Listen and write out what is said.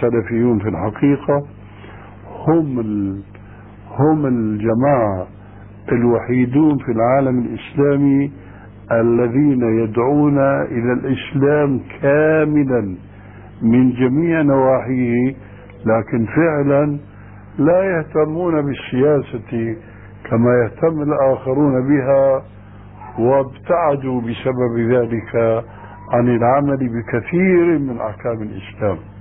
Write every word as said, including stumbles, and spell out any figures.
السلفيون في الحقيقة هم ال... هم الجماعة الوحيدون في العالم الإسلامي الذين يدعون إلى الإسلام كاملا من جميع نواحيه، لكن فعلا لا يهتمون بالسياسة كما يهتم الآخرون بها، وابتعدوا بسبب ذلك عن العمل بكثير من أحكام الإسلام.